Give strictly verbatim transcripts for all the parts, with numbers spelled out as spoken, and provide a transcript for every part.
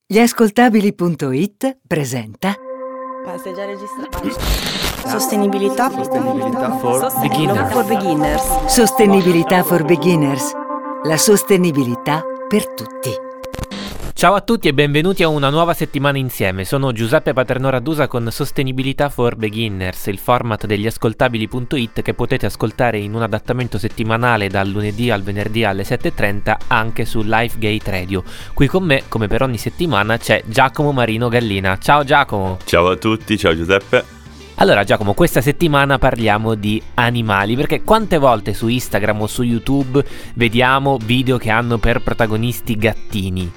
Gli ascoltabili punto it presenta. Ma sei già registrato? Sostenibilità. Sostenibilità for Sostenibilità for beginners. Sostenibilità for beginners. La sostenibilità per tutti. Ciao a tutti e benvenuti a una nuova settimana insieme. Sono Giuseppe Paternò Radusa con Sostenibilità for Beginners, il format degli ascoltabili punto it che potete ascoltare in un adattamento settimanale dal lunedì al venerdì alle sette e trenta anche su LifeGate Radio. Qui con me, come per ogni settimana, c'è Giacomo Marino Gallina. Ciao Giacomo! Ciao a tutti, ciao Giuseppe. Allora Giacomo, questa settimana parliamo di animali, perché quante volte su Instagram o su YouTube vediamo video che hanno per protagonisti gattini?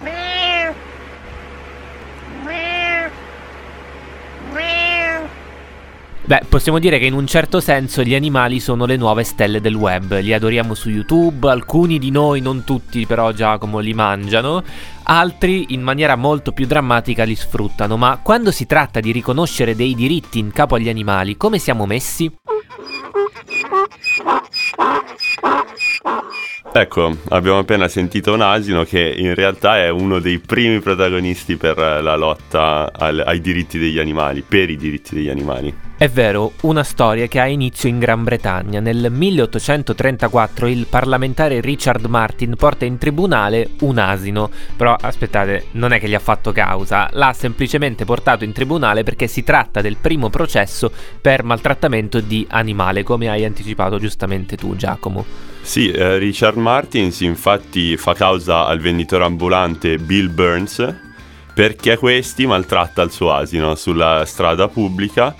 Beh, possiamo dire che in un certo senso gli animali sono le nuove stelle del web. Li adoriamo su YouTube, alcuni di noi, non tutti però Giacomo, li mangiano, altri in maniera molto più drammatica li sfruttano. Ma quando si tratta di riconoscere dei diritti in capo agli animali, come siamo messi? Ecco, abbiamo appena sentito un asino che in realtà è uno dei primi protagonisti per la lotta al, ai diritti degli animali, per i diritti degli animali. È vero, una storia che ha inizio in Gran Bretagna. Nel milleottocentotrentaquattro il parlamentare Richard Martin porta in tribunale un asino. Però aspettate, non è che gli ha fatto causa, l'ha semplicemente portato in tribunale perché si tratta del primo processo per maltrattamento di animale, come hai anticipato giustamente tu, Giacomo. Sì, eh, Richard Martins infatti fa causa al venditore ambulante Bill Burns perché questi maltratta il suo asino sulla strada pubblica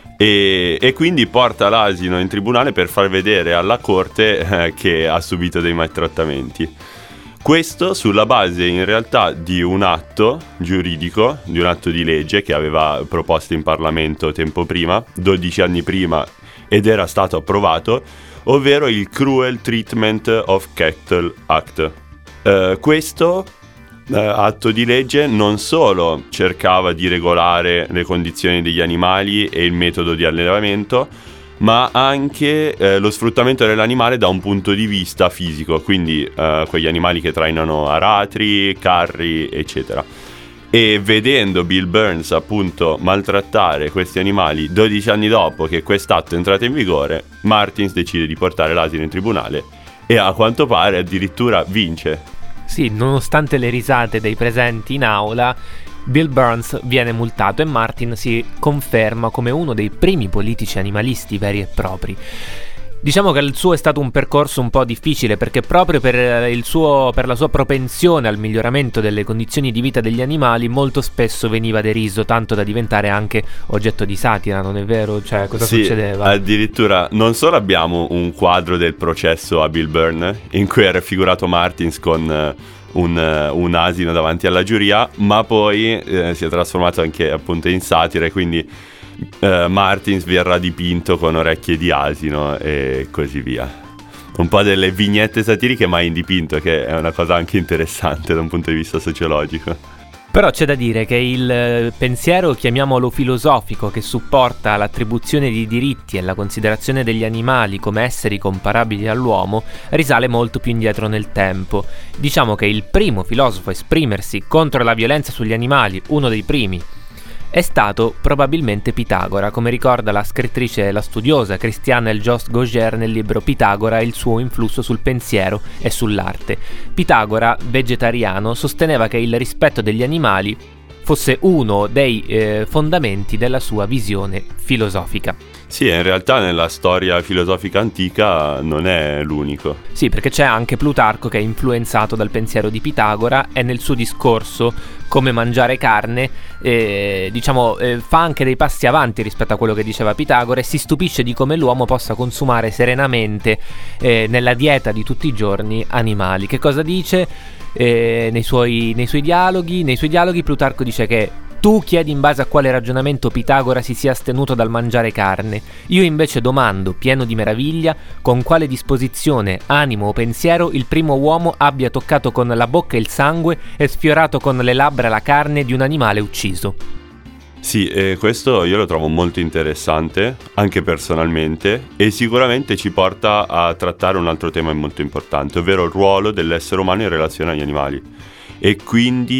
e, e quindi porta l'asino in tribunale per far vedere alla corte eh, che ha subito dei maltrattamenti. Questo sulla base in realtà di un atto giuridico, di un atto di legge che aveva proposto in Parlamento tempo prima, dodici anni prima, ed era stato approvato, ovvero il Cruel Treatment of Cattle Act. Uh, questo uh, atto di legge non solo cercava di regolare le condizioni degli animali e il metodo di allevamento, ma anche uh, lo sfruttamento dell'animale da un punto di vista fisico, quindi uh, quegli animali che trainano aratri, carri, eccetera. E vedendo Bill Burns appunto maltrattare questi animali dodici anni dopo che quest'atto è entrato in vigore, Martins decide di portare l'asino in tribunale e a quanto pare addirittura vince. Sì, nonostante le risate dei presenti in aula, Bill Burns viene multato e Martin si conferma come uno dei primi politici animalisti veri e propri. Diciamo che il suo è stato un percorso un po' difficile perché proprio per, il suo, per la sua propensione al miglioramento delle condizioni di vita degli animali molto spesso veniva deriso, tanto da diventare anche oggetto di satira, non è vero? Cioè, cosa sì, succedeva? Addirittura non solo abbiamo un quadro del processo a Bill Burns in cui è raffigurato Martins con un, un asino davanti alla giuria, ma poi eh, si è trasformato anche appunto in satira e quindi Uh, Martins verrà dipinto con orecchie di asino e così via. Un po' delle vignette satiriche mai in dipinto, che è una cosa anche interessante da un punto di vista sociologico. Però c'è da dire che il pensiero, chiamiamolo filosofico, che supporta l'attribuzione di diritti e la considerazione degli animali come esseri comparabili all'uomo risale molto più indietro nel tempo. Diciamo che il primo filosofo a esprimersi contro la violenza sugli animali, uno dei primi, è stato probabilmente Pitagora, come ricorda la scrittrice e la studiosa Christiane Eljost-Gauger nel libro Pitagora e il suo influsso sul pensiero e sull'arte. Pitagora, vegetariano, sosteneva che il rispetto degli animali fosse uno dei eh, fondamenti della sua visione filosofica. Sì, in realtà nella storia filosofica antica non è l'unico. Sì, perché c'è anche Plutarco che è influenzato dal pensiero di Pitagora e nel suo discorso Come mangiare carne, eh, diciamo, eh, fa anche dei passi avanti rispetto a quello che diceva Pitagora e si stupisce di come l'uomo possa consumare serenamente eh, nella dieta di tutti i giorni animali. Che cosa dice? Eh, nei suoi, nei suoi dialoghi, nei suoi dialoghi Plutarco dice che tu chiedi in base a quale ragionamento Pitagora si sia astenuto dal mangiare carne. Io invece domando, pieno di meraviglia, con quale disposizione, animo o pensiero il primo uomo abbia toccato con la bocca il sangue e sfiorato con le labbra la carne di un animale ucciso. Sì, e questo io lo trovo molto interessante, anche personalmente, e sicuramente ci porta a trattare un altro tema molto importante, ovvero il ruolo dell'essere umano in relazione agli animali. E quindi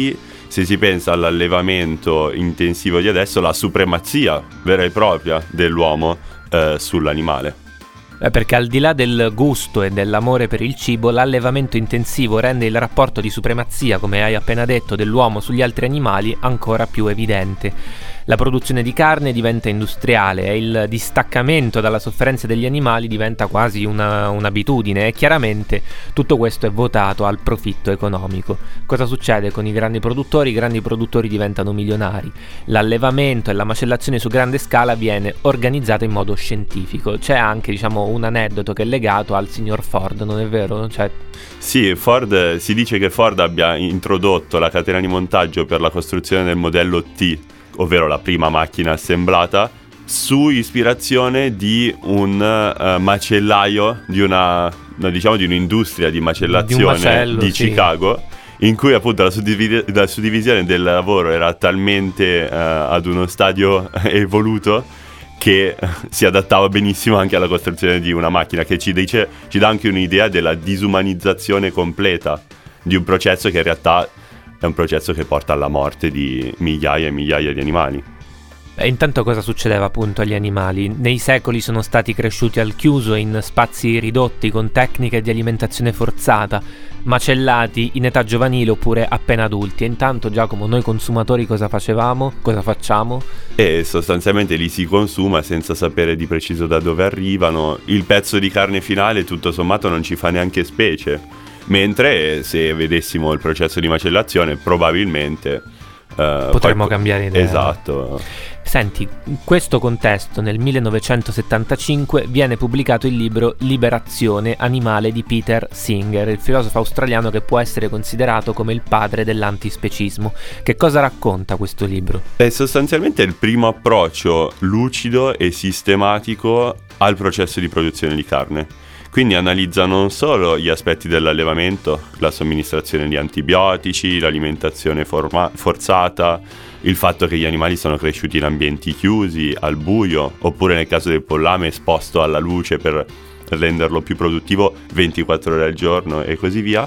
se si pensa all'allevamento intensivo di adesso, la supremazia vera e propria dell'uomo eh, sull'animale. Eh, perché al di là del gusto e dell'amore per il cibo, l'allevamento intensivo rende il rapporto di supremazia, come hai appena detto, dell'uomo sugli altri animali ancora più evidente. La produzione di carne diventa industriale e il distaccamento dalla sofferenza degli animali diventa quasi una, un'abitudine, e chiaramente tutto questo è votato al profitto economico. Cosa succede con i grandi produttori? I grandi produttori diventano milionari. L'allevamento e la macellazione su grande scala viene organizzata in modo scientifico. C'è anche, diciamo, un aneddoto che è legato al signor Ford, non è vero? Cioè... Sì, Ford, si dice che Ford abbia introdotto la catena di montaggio per la costruzione del modello T, ovvero la prima macchina assemblata, su ispirazione di un uh, macellaio, di una, no, diciamo di un'industria di macellazione di, macello, di sì. Chicago, in cui appunto la, suddivis- la suddivisione del lavoro era talmente uh, ad uno stadio evoluto che si adattava benissimo anche alla costruzione di una macchina, che ci dice, ci dà anche un'idea della disumanizzazione completa di un processo che in realtà è un processo che porta alla morte di migliaia e migliaia di animali. E intanto cosa succedeva appunto agli animali? Nei secoli sono stati cresciuti al chiuso in spazi ridotti con tecniche di alimentazione forzata, macellati in età giovanile oppure appena adulti. E intanto, Giacomo, noi consumatori cosa facevamo? Cosa facciamo? E sostanzialmente li si consuma senza sapere di preciso da dove arrivano. Il pezzo di carne finale tutto sommato non ci fa neanche specie. Mentre se vedessimo il processo di macellazione probabilmente uh, potremmo qualco... cambiare idea. Esatto. Senti, in questo contesto nel millenovecentosettantacinque viene pubblicato il libro Liberazione animale di Peter Singer, il filosofo australiano che può essere considerato come il padre dell'antispecismo. Che cosa racconta questo libro? È sostanzialmente il primo approccio lucido e sistematico al processo di produzione di carne. Quindi analizza non solo gli aspetti dell'allevamento, la somministrazione di antibiotici, l'alimentazione forma- forzata, il fatto che gli animali sono cresciuti in ambienti chiusi, al buio, oppure nel caso del pollame esposto alla luce per renderlo più produttivo ventiquattro ore al giorno e così via.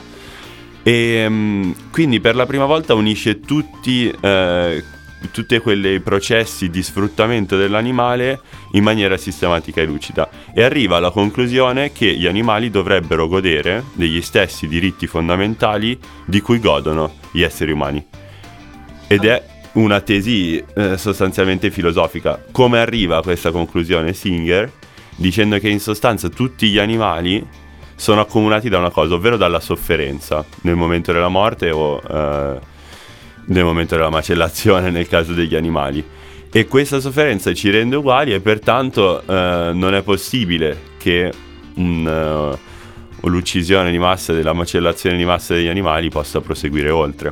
E um, quindi per la prima volta unisce tutti eh, tutti quei processi di sfruttamento dell'animale in maniera sistematica e lucida, e arriva alla conclusione che gli animali dovrebbero godere degli stessi diritti fondamentali di cui godono gli esseri umani. Ed è una tesi eh, sostanzialmente filosofica. Come arriva a questa conclusione Singer? Dicendo che in sostanza tutti gli animali sono accomunati da una cosa, ovvero dalla sofferenza nel momento della morte o eh, nel momento della macellazione nel caso degli animali, e questa sofferenza ci rende uguali, e pertanto eh, non è possibile che un, uh, l'uccisione di massa, della macellazione di massa degli animali possa proseguire oltre.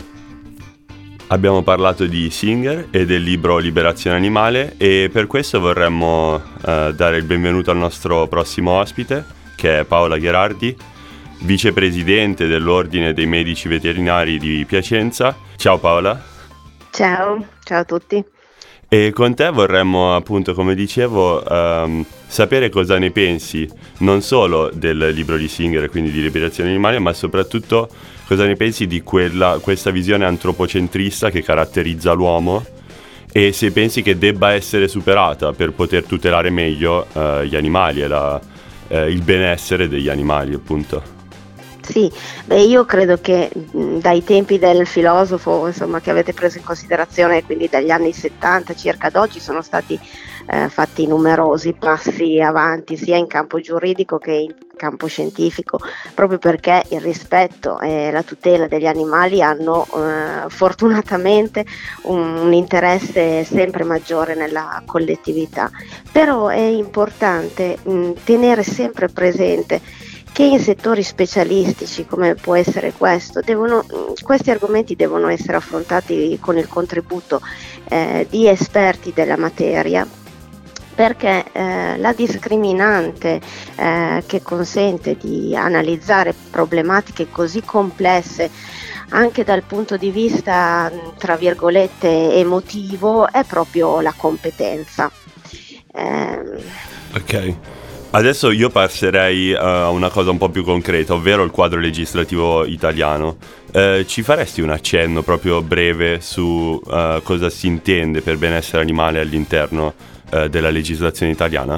Abbiamo parlato di Singer e del libro Liberazione animale, e per questo vorremmo uh, dare il benvenuto al nostro prossimo ospite, che è Paola Gherardi, vicepresidente dell'Ordine dei Medici Veterinari di Piacenza. Ciao Paola. Ciao, ciao a tutti. E con te vorremmo, appunto, come dicevo, um, sapere cosa ne pensi non solo del libro di Singer, quindi di Liberazione animale, ma soprattutto cosa ne pensi di quella, questa visione antropocentrista che caratterizza l'uomo, e se pensi che debba essere superata per poter tutelare meglio uh, gli animali e la, uh, il benessere degli animali, appunto. Sì, beh, io credo che mh, dai tempi del filosofo, insomma, che avete preso in considerazione, quindi dagli anni settanta circa ad oggi, sono stati eh, fatti numerosi passi avanti sia in campo giuridico che in campo scientifico, proprio perché il rispetto e la tutela degli animali hanno eh, fortunatamente un, un interesse sempre maggiore nella collettività. Però è importante mh, tenere sempre presente che in settori specialistici come può essere questo, devono, questi argomenti devono essere affrontati con il contributo eh, di esperti della materia, perché eh, la discriminante eh, che consente di analizzare problematiche così complesse anche dal punto di vista, tra virgolette, emotivo, è proprio la competenza. Eh, ok. Adesso io passerei a una cosa un po' più concreta, ovvero il quadro legislativo italiano. Eh, ci faresti un accenno proprio breve su uh, cosa si intende per benessere animale all'interno uh, della legislazione italiana?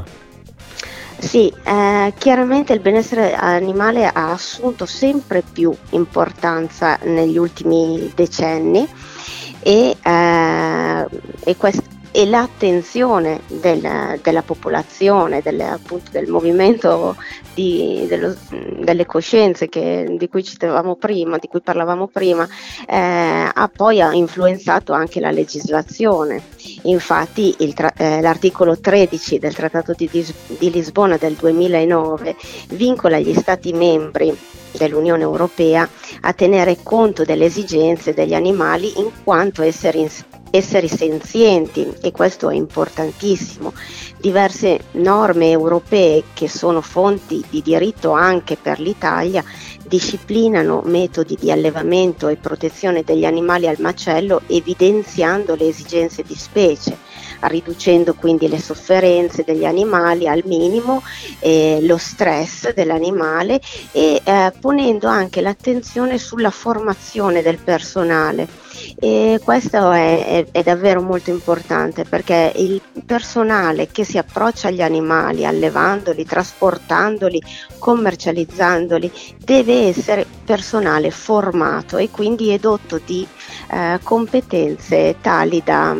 Sì, eh, chiaramente il benessere animale ha assunto sempre più importanza negli ultimi decenni e, eh, e quest- e l'attenzione del, della popolazione, del, appunto del movimento di, dello, delle coscienze che, di cui citavamo prima, di cui parlavamo prima, eh, ha poi ha influenzato anche la legislazione. Infatti il tra, eh, l'articolo tredici del Trattato di, di Lisbona del duemilanove vincola gli Stati membri dell'Unione Europea a tenere conto delle esigenze degli animali in quanto esseri in, esseri senzienti, e questo è importantissimo. Diverse norme europee, che sono fonti di diritto anche per l'Italia, disciplinano metodi di allevamento e protezione degli animali al macello, evidenziando le esigenze di specie, riducendo quindi le sofferenze degli animali al minimo, eh, lo stress dell'animale e eh, ponendo anche l'attenzione sulla formazione del personale. E questo è, è, è davvero molto importante, perché il personale che si approccia agli animali, allevandoli, trasportandoli, commercializzandoli, deve essere personale formato e quindi edotto di eh, competenze tali da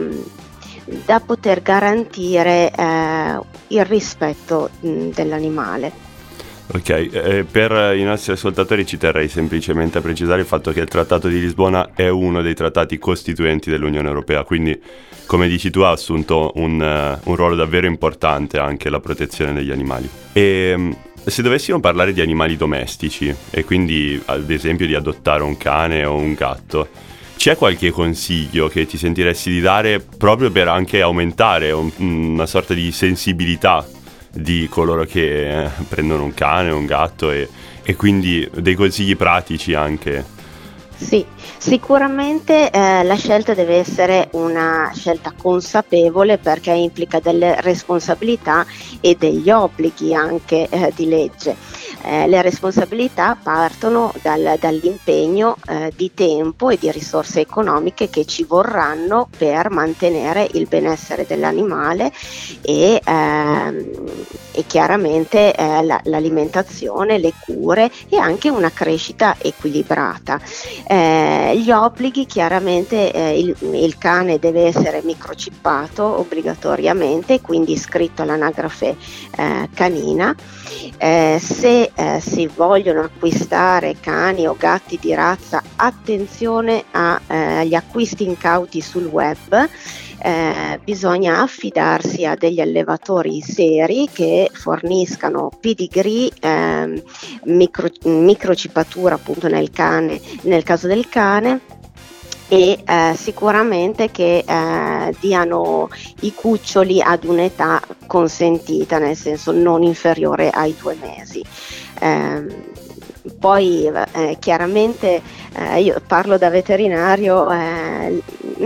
da poter garantire eh, il rispetto mh, dell'animale. Ok, eh, per i nostri ascoltatori ci terrei semplicemente a precisare il fatto che il Trattato di Lisbona è uno dei trattati costituenti dell'Unione Europea, quindi come dici tu ha assunto un, uh, un ruolo davvero importante anche la protezione degli animali. E se dovessimo parlare di animali domestici e quindi ad esempio di adottare un cane o un gatto, c'è qualche consiglio che ti sentiresti di dare proprio per anche aumentare un, una sorta di sensibilità di coloro che eh, prendono un cane o un gatto e, e quindi dei consigli pratici anche? Sì, sicuramente eh, la scelta deve essere una scelta consapevole, perché implica delle responsabilità e degli obblighi anche eh, di legge. Eh, le responsabilità partono dal, dall'impegno eh, di tempo e di risorse economiche che ci vorranno per mantenere il benessere dell'animale e, ehm, e chiaramente eh, la, l'alimentazione, le cure e anche una crescita equilibrata. Eh, gli obblighi, chiaramente eh, il, il cane deve essere microchippato obbligatoriamente, quindi iscritto all'anagrafe eh, canina. Eh, se eh, si vogliono acquistare cani o gatti di razza, attenzione a, eh, agli acquisti incauti sul web. Eh, bisogna affidarsi a degli allevatori seri che forniscano pedigree, eh, micro, microchippatura appunto nel cane, nel caso del cane, e eh, sicuramente che eh, diano i cuccioli ad un'età consentita, nel senso non inferiore ai due mesi. Eh, poi eh, chiaramente eh, io parlo da veterinario, eh,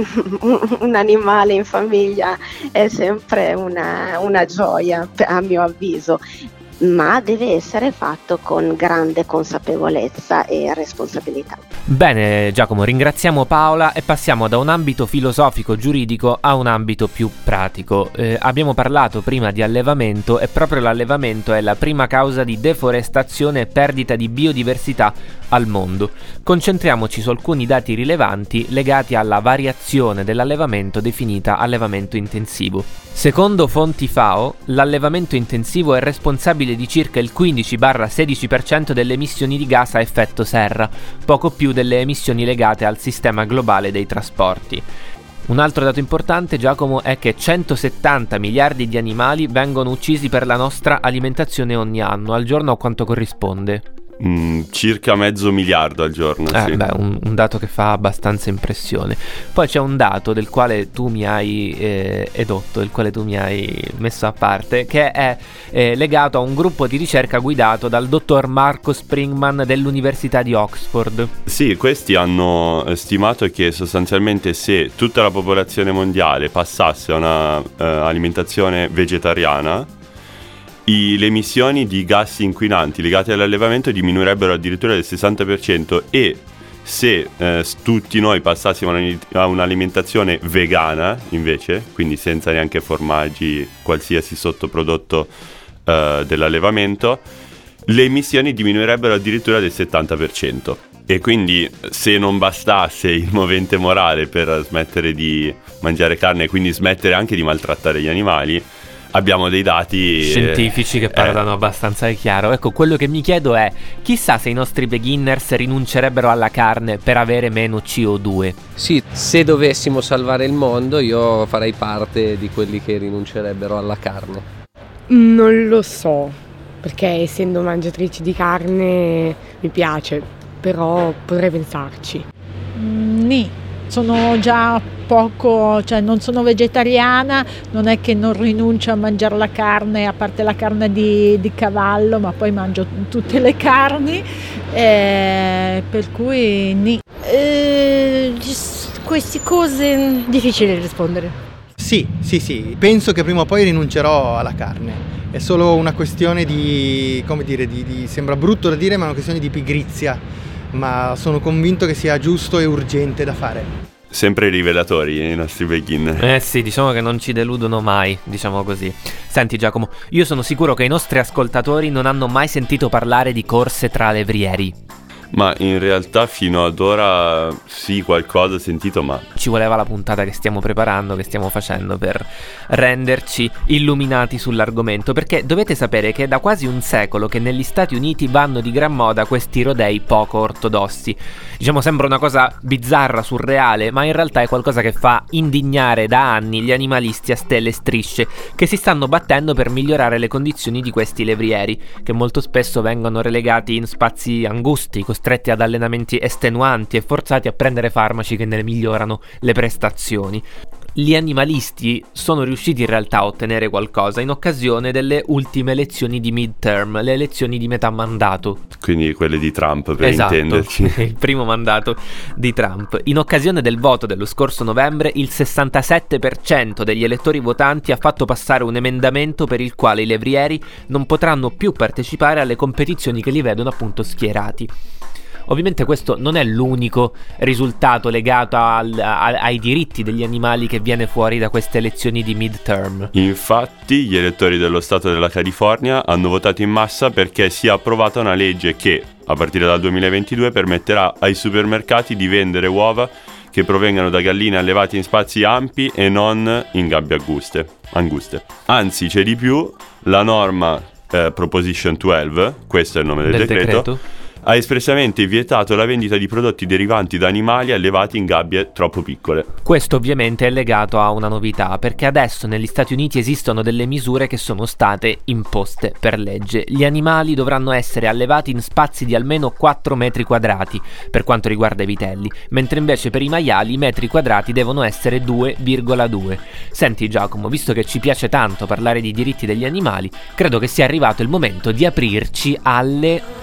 un animale in famiglia è sempre una, una gioia, a mio avviso, ma deve essere fatto con grande consapevolezza e responsabilità. Bene Giacomo, ringraziamo Paola e passiamo da un ambito filosofico giuridico a un ambito più pratico. Eh, abbiamo parlato prima di allevamento e proprio l'allevamento è la prima causa di deforestazione e perdita di biodiversità al mondo. Concentriamoci su alcuni dati rilevanti legati alla variazione dell'allevamento definita allevamento intensivo. Secondo fonti FAO, l'allevamento intensivo è responsabile di circa il quindici sedici per cento delle emissioni di gas a effetto serra, poco più delle emissioni legate al sistema globale dei trasporti. Un altro dato importante, Giacomo, è che centosettanta miliardi di animali vengono uccisi per la nostra alimentazione ogni anno. Al giorno a quanto corrisponde? Mm, circa mezzo miliardo al giorno. Eh, sì. beh, un, un dato che fa abbastanza impressione. Poi c'è un dato del quale tu mi hai eh, edotto, del quale tu mi hai messo a parte, che è eh, legato a un gruppo di ricerca guidato dal dottor Marco Springman dell'Università di Oxford. Sì, questi hanno stimato che sostanzialmente se tutta la popolazione mondiale passasse a una uh, alimentazione vegetariana, i, le emissioni di gas inquinanti legate all'allevamento diminuirebbero addirittura del sessanta per cento, e se eh, tutti noi passassimo a un'alimentazione vegana invece, quindi senza neanche formaggi, qualsiasi sottoprodotto eh, dell'allevamento, le emissioni diminuirebbero addirittura del settanta per cento. E quindi, se non bastasse il movente morale per smettere di mangiare carne e quindi smettere anche di maltrattare gli animali, abbiamo dei dati scientifici che parlano eh. abbastanza chiaro. Ecco, quello che mi chiedo è: chissà se i nostri beginners rinuncerebbero alla carne per avere meno C O due. Sì, se dovessimo salvare il mondo io farei parte di quelli che rinuncerebbero alla carne. Non lo so, perché essendo mangiatrice di carne mi piace, però potrei pensarci. Mm, nì. Sono già poco, cioè non sono vegetariana, non è che non rinuncio a mangiare la carne, a parte la carne di, di cavallo, ma poi mangio tutte le carni, eh, per cui nì. Eh, queste cose difficili rispondere. Sì, sì, sì, penso che prima o poi rinuncerò alla carne. È solo una questione di, come dire, di, di sembra brutto da dire, ma è una questione di pigrizia. Ma sono convinto che sia giusto e urgente da fare. Sempre rivelatori i nostri beginner. Eh sì, diciamo che non ci deludono mai, diciamo così. Senti Giacomo, io sono sicuro che i nostri ascoltatori non hanno mai sentito parlare di corse tra levrieri. Ma in realtà fino ad ora sì, qualcosa ho sentito, ma ci voleva la puntata che stiamo preparando, che stiamo facendo per renderci illuminati sull'argomento, perché dovete sapere che è da quasi un secolo che negli Stati Uniti vanno di gran moda questi rodei poco ortodossi. Diciamo, sembra una cosa bizzarra, surreale, ma in realtà è qualcosa che fa indignare da anni gli animalisti a stelle e strisce che si stanno battendo per migliorare le condizioni di questi levrieri, che molto spesso vengono relegati in spazi angusti, costretti ad allenamenti estenuanti e forzati a prendere farmaci che ne migliorano le prestazioni. Gli animalisti sono riusciti in realtà a ottenere qualcosa in occasione delle ultime elezioni di midterm, le elezioni di metà mandato. Quindi quelle di Trump, per esatto, intenderci. Il primo mandato di Trump. In occasione del voto dello scorso novembre, il sessantasette per cento degli elettori votanti ha fatto passare un emendamento per il quale i levrieri non potranno più partecipare alle competizioni che li vedono appunto schierati. Ovviamente questo non è l'unico risultato legato al, a, ai diritti degli animali che viene fuori da queste elezioni di midterm. Infatti gli elettori dello stato della California hanno votato in massa perché sia approvata una legge che, a partire dal duemilaventidue, permetterà ai supermercati di vendere uova che provengano da galline allevate in spazi ampi e non in gabbie anguste. anguste. Anzi, c'è di più, la norma eh, Proposition dodici, questo è il nome del, del decreto, decreto, ha espressamente vietato la vendita di prodotti derivanti da animali allevati in gabbie troppo piccole. Questo ovviamente è legato a una novità, perché adesso negli Stati Uniti esistono delle misure che sono state imposte per legge. Gli animali dovranno essere allevati in spazi di almeno quattro metri quadrati per quanto riguarda i vitelli, mentre invece per i maiali i metri quadrati devono essere due virgola due. Senti Giacomo, visto che ci piace tanto parlare di diritti degli animali, credo che sia arrivato il momento di aprirci alle...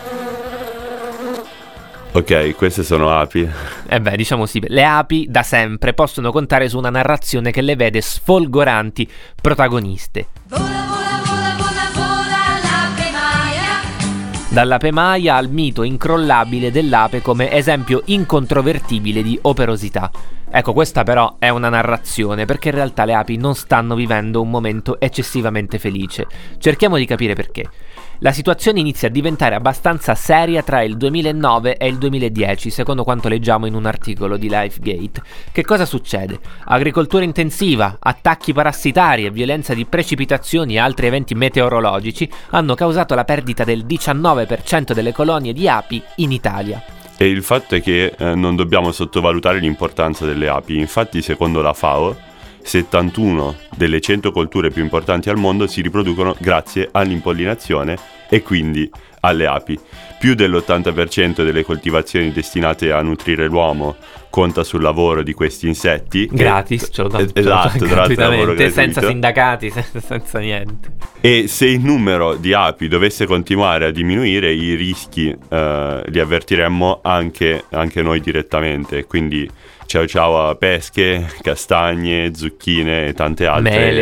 Ok, queste sono api. Eh beh, diciamo sì, le api da sempre possono contare su una narrazione che le vede sfolgoranti protagoniste. Vola, vola, vola, vola, vola l'ape Maia. Dall'ape Maia al mito incrollabile dell'ape come esempio incontrovertibile di operosità. Ecco, questa però è una narrazione, perché in realtà le api non stanno vivendo un momento eccessivamente felice. Cerchiamo di capire perché. La situazione inizia a diventare abbastanza seria tra il duemilanove e il duemiladieci, secondo quanto leggiamo in un articolo di LifeGate. Che cosa succede? Agricoltura intensiva, attacchi parassitari e violenza di precipitazioni e altri eventi meteorologici hanno causato la perdita del diciannove per cento delle colonie di api in Italia. E il fatto è che eh, non dobbiamo sottovalutare l'importanza delle api. Infatti, secondo la FAO, settantuno delle cento colture più importanti al mondo si riproducono grazie all'impollinazione e quindi alle api. Più dell'ottanta per cento delle coltivazioni destinate a nutrire l'uomo conta sul lavoro di questi insetti. Gratis, ce lo danno, esatto, gratuitamente, senza sindacati, senza, senza niente. E se il numero di api dovesse continuare a diminuire, i rischi eh, li avvertiremmo anche, anche noi direttamente. Quindi ciao ciao a pesche, castagne, zucchine e tante altre mele.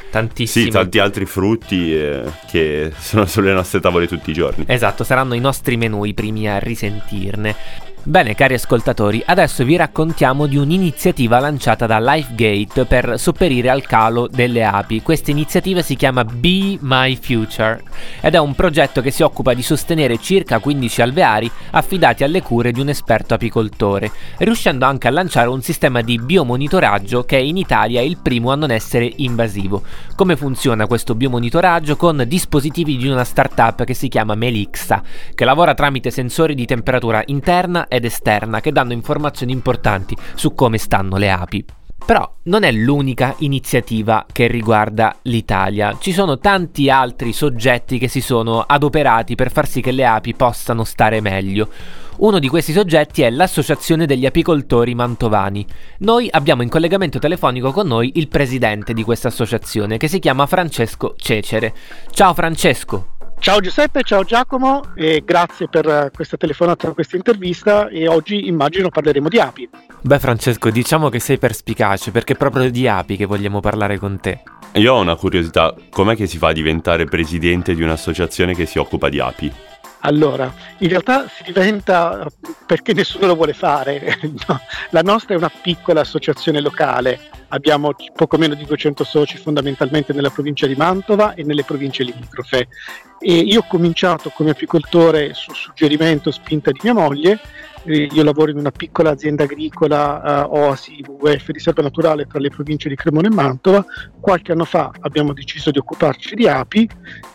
tantissimi. Sì, tanti altri frutti eh, che sono sulle nostre tavole tutti i giorni. Esatto, saranno i nostri menù i primi a risentirne. Bene, cari ascoltatori, adesso vi raccontiamo di un'iniziativa lanciata da LifeGate per sopperire al calo delle api. Questa iniziativa si chiama Be My Future ed è un progetto che si occupa di sostenere circa quindici alveari affidati alle cure di un esperto apicoltore, riuscendo anche a lanciare un sistema di biomonitoraggio che in Italia è il primo a non essere invasivo. Come funziona questo biomonitoraggio? Con dispositivi di una startup che si chiama Melixa, che lavora tramite sensori di temperatura interna ed esterna che danno informazioni importanti su come stanno le api. Però non è l'unica iniziativa che riguarda l'Italia, ci sono tanti altri soggetti che si sono adoperati per far sì che le api possano stare meglio. Uno di questi soggetti è l'Associazione degli Apicoltori Mantovani. Noi abbiamo in collegamento telefonico con noi il presidente di questa associazione, che si chiama Francesco Cecere. Ciao Francesco! Ciao Giuseppe, ciao Giacomo e grazie per questa telefonata, questa intervista, e oggi immagino parleremo di api. Beh Francesco, diciamo che sei perspicace perché è proprio di api che vogliamo parlare con te. Io ho una curiosità, com'è che si fa a diventare presidente di un'associazione che si occupa di api? Allora, in realtà si diventa perché nessuno lo vuole fare. No, la nostra è una piccola associazione locale, abbiamo poco meno di duecento soci fondamentalmente nella provincia di Mantova e nelle province limitrofe. E io ho cominciato come apicoltore su suggerimento, spinta di mia moglie. Io lavoro in una piccola azienda agricola, uh, Oasi W W F, riserva naturale tra le province di Cremona e Mantova. Qualche anno fa abbiamo deciso di occuparci di api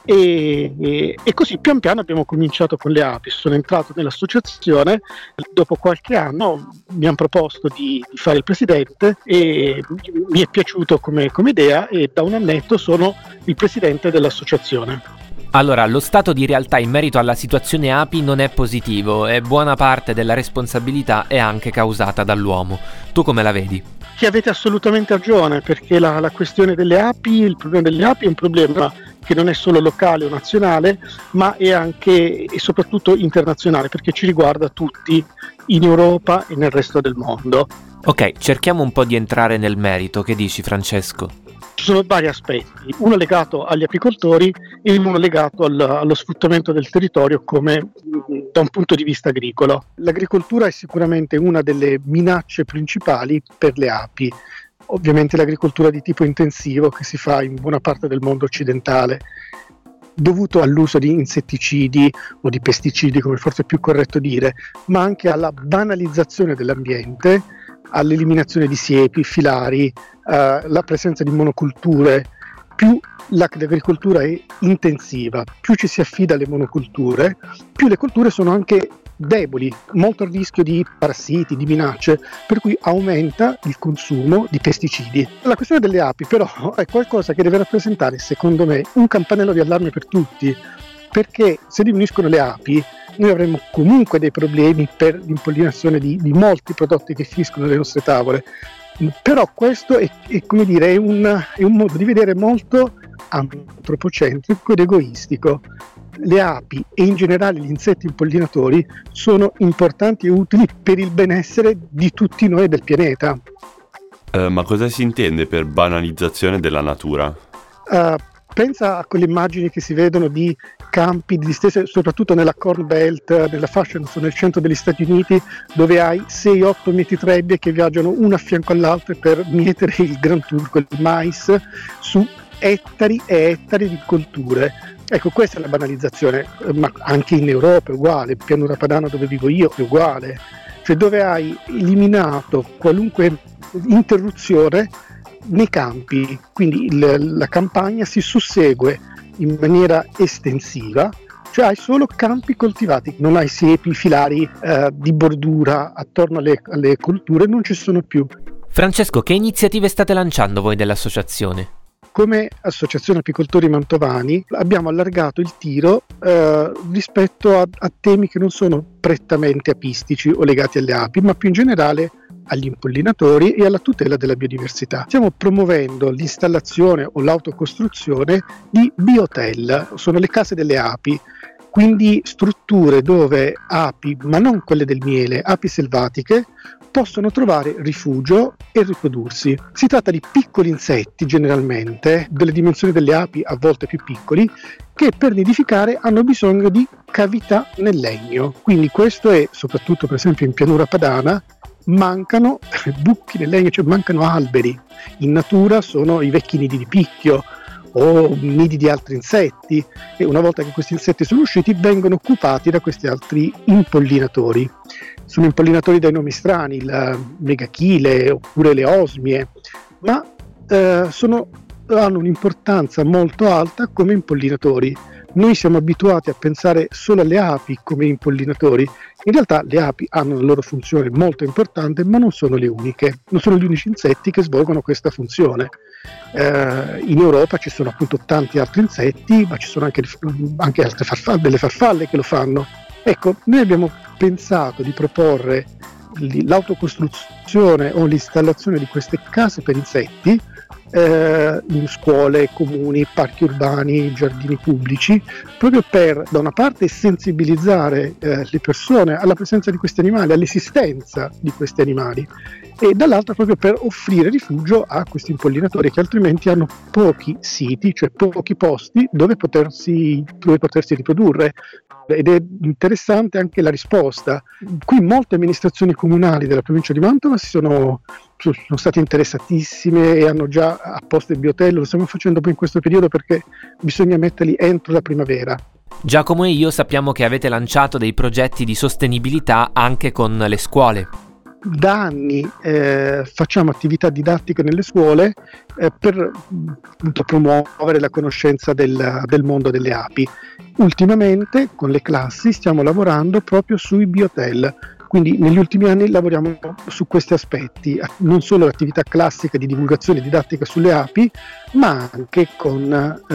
e, e, e così pian piano abbiamo cominciato con le api. Sono entrato nell'associazione, dopo qualche anno mi hanno proposto di, di fare il presidente e mi è piaciuto come, come idea, e da un annetto sono il presidente dell'associazione. Allora, lo stato di realtà in merito alla situazione api non è positivo e buona parte della responsabilità è anche causata dall'uomo. Tu come la vedi? Sì, avete assolutamente ragione, perché la, la questione delle api, il problema delle api è un problema che non è solo locale o nazionale, ma è anche e soprattutto internazionale, perché ci riguarda tutti in Europa e nel resto del mondo. Ok, cerchiamo un po' di entrare nel merito. Che dici, Francesco? Ci sono vari aspetti, uno legato agli apicoltori e uno legato al, allo sfruttamento del territorio come da un punto di vista agricolo. L'agricoltura è sicuramente una delle minacce principali per le api. Ovviamente l'agricoltura di tipo intensivo che si fa in buona parte del mondo occidentale, dovuto all'uso di insetticidi o di pesticidi, come forse è più corretto dire, ma anche alla banalizzazione dell'ambiente, all'eliminazione di siepi, filari, eh, la presenza di monoculture. Più l'agricoltura è intensiva, più ci si affida alle monoculture, più le colture sono anche deboli, molto a rischio di parassiti, di minacce, per cui aumenta il consumo di pesticidi. La questione delle api però è qualcosa che deve rappresentare, secondo me, un campanello di allarme per tutti, perché se diminuiscono le api noi avremo comunque dei problemi per l'impollinazione di, di molti prodotti che finiscono nelle nostre tavole. Però questo è, è, come dire, è, un, è un modo di vedere molto antropocentrico ed egoistico. Le api e in generale gli insetti impollinatori sono importanti e utili per il benessere di tutti noi e del pianeta. Uh, ma cosa si intende per banalizzazione della natura? Uh, pensa a quelle immagini che si vedono di campi di distese, soprattutto nella Corn Belt, nella fascia nel centro degli Stati Uniti, dove hai sei otto mietitrebbie che viaggiano una a fianco all'altra per mietere il gran turco, il mais, su ettari e ettari di colture. Ecco, questa è la banalizzazione, ma anche in Europa è uguale, pianura padana dove vivo io è uguale, cioè dove hai eliminato qualunque interruzione nei campi, quindi il, la campagna si sussegue in maniera estensiva, cioè hai solo campi coltivati, non hai siepi, filari eh, di bordura attorno alle, alle colture, non ci sono più. Francesco, che iniziative state lanciando voi dell'associazione? Come Associazione Apicoltori Mantovani abbiamo allargato il tiro eh, rispetto a, a temi che non sono prettamente apistici o legati alle api, ma più in generale agli impollinatori e alla tutela della biodiversità. Stiamo promuovendo l'installazione o l'autocostruzione di biohotel, sono le case delle api, quindi strutture dove api, ma non quelle del miele, api selvatiche, possono trovare rifugio e riprodursi. Si tratta di piccoli insetti, generalmente, delle dimensioni delle api a volte più piccoli, che per nidificare hanno bisogno di cavità nel legno. Quindi questo è, soprattutto per esempio in pianura padana, mancano buchi nel legno, cioè mancano alberi. In natura sono i vecchi nidi di picchio o nidi di altri insetti, e una volta che questi insetti sono usciti vengono occupati da questi altri impollinatori. Sono impollinatori dai nomi strani, il megachile oppure le osmie, ma eh, sono, hanno un'importanza molto alta come impollinatori. Noi siamo abituati a pensare solo alle api come impollinatori. In realtà le api hanno una loro funzione molto importante, ma non sono le uniche, non sono gli unici insetti che svolgono questa funzione. Eh, in Europa ci sono appunto tanti altri insetti, ma ci sono anche, anche altre farfalle, delle farfalle che lo fanno. Ecco, noi abbiamo pensato di proporre l'autocostruzione o l'installazione di queste case per insetti eh, in scuole, comuni, parchi urbani, giardini pubblici, proprio per, da una parte, sensibilizzare eh, le persone alla presenza di questi animali, all'esistenza di questi animali, e dall'altra proprio per offrire rifugio a questi impollinatori che altrimenti hanno pochi siti, cioè pochi posti dove potersi, dove potersi riprodurre. Ed è interessante anche la risposta. Qui molte amministrazioni comunali della provincia di Mantova si sono, sono state interessatissime e hanno già apposto il biotello. Lo stiamo facendo poi in questo periodo perché bisogna metterli entro la primavera. Giacomo e io sappiamo che avete lanciato dei progetti di sostenibilità anche con le scuole. Da anni eh, facciamo attività didattiche nelle scuole eh, per appunto, promuovere la conoscenza del, del mondo delle api. Ultimamente con le classi stiamo lavorando proprio sui biotel, quindi negli ultimi anni lavoriamo su questi aspetti, non solo l'attività classica di divulgazione didattica sulle api, ma anche con,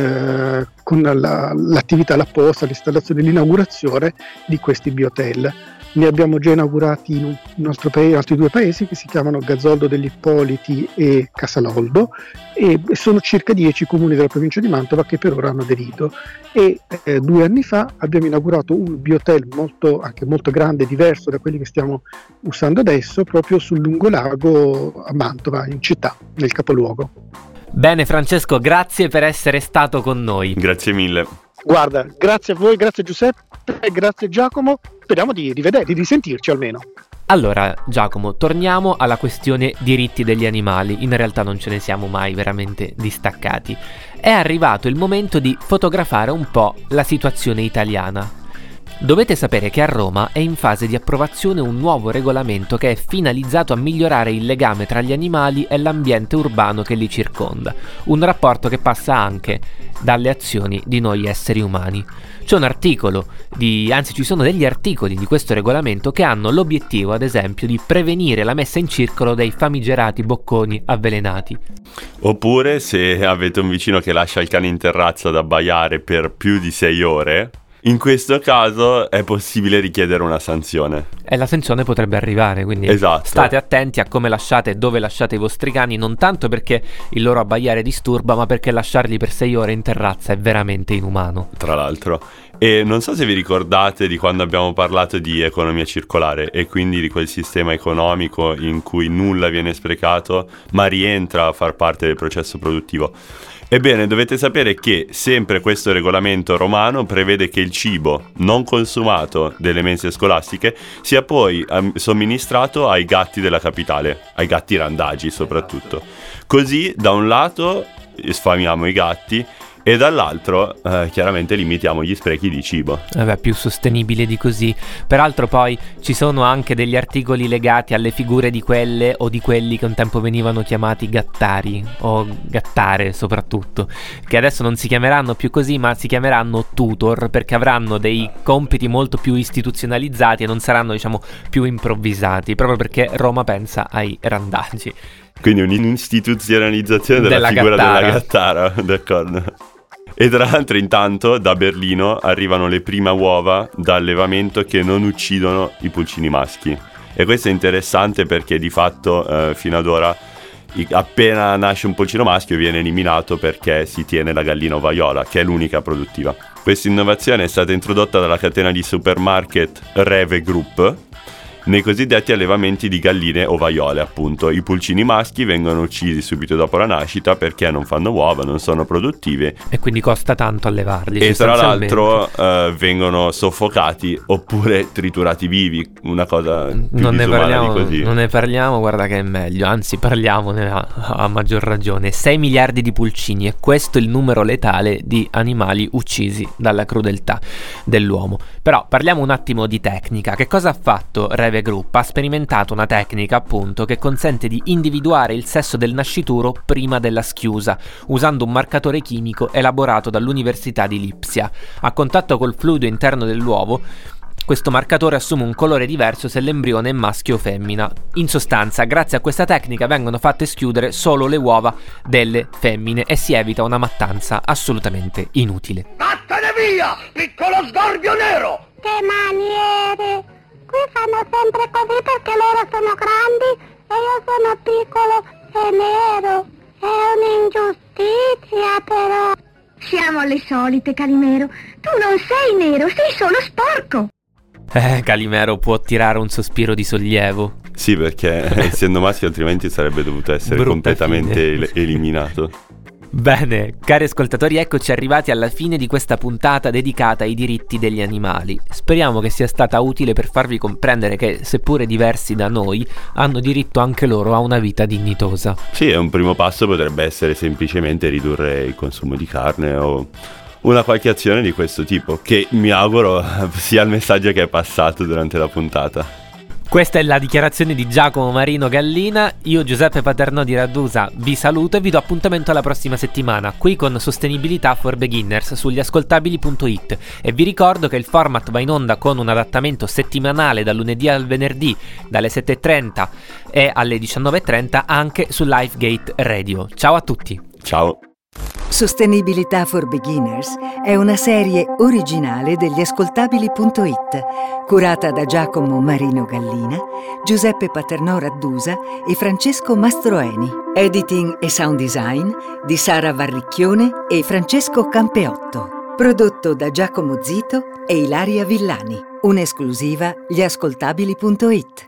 eh, con la, l'attività, la posta, l'installazione e l'inaugurazione di questi biotel. Ne abbiamo già inaugurati in un nostro paese, altri due paesi che si chiamano Gazzoldo degli Ippoliti e Casaloldo, e sono circa dieci comuni della provincia di Mantova che per ora hanno aderito. E eh, due anni fa abbiamo inaugurato un biotel molto, anche molto grande, diverso da quelli che stiamo usando adesso, proprio sul lungolago a Mantova, in città, nel capoluogo. Bene Francesco, grazie per essere stato con noi. Grazie mille. Guarda, grazie a voi, grazie Giuseppe, grazie Giacomo, speriamo di rivedere, di risentirci almeno. Allora Giacomo, torniamo alla questione diritti degli animali. In realtà non ce ne siamo mai veramente distaccati. È arrivato il momento di fotografare un po' la situazione italiana. Dovete sapere che a Roma è in fase di approvazione un nuovo regolamento che è finalizzato a migliorare il legame tra gli animali e l'ambiente urbano che li circonda, un rapporto che passa anche dalle azioni di noi esseri umani. C'è un articolo, di, anzi ci sono degli articoli di questo regolamento che hanno l'obiettivo, ad esempio, di prevenire la messa in circolo dei famigerati bocconi avvelenati. Oppure se avete un vicino che lascia il cane in terrazza ad abbaiare per più di sei ore, in questo caso è possibile richiedere una sanzione. E la sanzione potrebbe arrivare, quindi esatto. State attenti a come lasciate e dove lasciate i vostri cani, non tanto perché il loro abbaiare disturba, ma perché lasciarli per sei ore in terrazza è veramente inumano. Tra l'altro. E non so se vi ricordate di quando abbiamo parlato di economia circolare e quindi di quel sistema economico in cui nulla viene sprecato ma rientra a far parte del processo produttivo. Ebbene, dovete sapere che sempre questo regolamento romano prevede che il cibo non consumato delle mense scolastiche sia poi um, somministrato ai gatti della capitale, ai gatti randagi soprattutto. Così da un lato sfamiamo i gatti e dall'altro eh, chiaramente limitiamo gli sprechi di cibo. Vabbè, più sostenibile di così. Peraltro poi ci sono anche degli articoli legati alle figure di quelle o di quelli che un tempo venivano chiamati gattari o gattare soprattutto, che adesso non si chiameranno più così ma si chiameranno tutor, perché avranno dei compiti molto più istituzionalizzati e non saranno, diciamo, più improvvisati, proprio perché Roma pensa ai randagi. Quindi un'istituzionalizzazione della, della figura gattara. della gattara, d'accordo. E tra l'altro intanto da Berlino arrivano le prime uova da allevamento che non uccidono i pulcini maschi. E questo è interessante perché di fatto eh, fino ad ora appena nasce un pulcino maschio viene eliminato perché si tiene la gallina ovaiola, che è l'unica produttiva. Questa innovazione è stata introdotta dalla catena di supermarket Reve Group nei cosiddetti allevamenti di galline ovaiole, appunto. I pulcini maschi vengono uccisi subito dopo la nascita perché non fanno uova, non sono produttive e quindi costa tanto allevarli. E tra l'altro uh, vengono soffocati oppure triturati vivi, una cosa più non ne parliamo, di così. Non ne parliamo, guarda che è meglio, anzi parliamone a, a maggior ragione. sei miliardi di pulcini, e questo è il numero letale di animali uccisi dalla crudeltà dell'uomo. Però parliamo un attimo di tecnica. Che cosa ha fatto Reve Group? Ha sperimentato una tecnica, appunto, che consente di individuare il sesso del nascituro prima della schiusa, usando un marcatore chimico elaborato dall'Università di Lipsia. A contatto col fluido interno dell'uovo, questo marcatore assume un colore diverso se l'embrione è maschio o femmina. In sostanza, grazie a questa tecnica vengono fatte schiudere solo le uova delle femmine e si evita una mattanza assolutamente inutile. Vattene via, piccolo sgorbio nero! Che maniere! Qui fanno sempre così perché loro sono grandi e io sono piccolo e nero. È un'ingiustizia, però. Siamo alle solite, Calimero. Tu non sei nero, sei solo sporco. Eh, Calimero può tirare un sospiro di sollievo. Sì, perché essendo maschio altrimenti sarebbe dovuto essere Brutta completamente el- eliminato. Bene, cari ascoltatori, eccoci arrivati alla fine di questa puntata dedicata ai diritti degli animali. Speriamo che sia stata utile per farvi comprendere che, seppure diversi da noi, hanno diritto anche loro a una vita dignitosa. Sì, un primo passo potrebbe essere semplicemente ridurre il consumo di carne o una qualche azione di questo tipo, che mi auguro sia il messaggio che è passato durante la puntata. Questa è la dichiarazione di Giacomo Marino Gallina. Io, Giuseppe Paternò di Radusa, vi saluto e vi do appuntamento alla prossima settimana qui con Sostenibilità for Beginners sugli ascoltabili punto it, e vi ricordo che il format va in onda con un adattamento settimanale dal lunedì al venerdì dalle sette e trenta e alle diciannove e trenta anche su Lifegate Radio. Ciao a tutti. Ciao. Sostenibilità for Beginners è una serie originale degli ascoltabili punto it, curata da Giacomo Marino Gallina, Giuseppe Paternò Raddusa e Francesco Mastroeni. Editing e sound design di Sara Varricchione e Francesco Campeotto. Prodotto da Giacomo Zito e Ilaria Villani. Un'esclusiva gli ascoltabili punto it.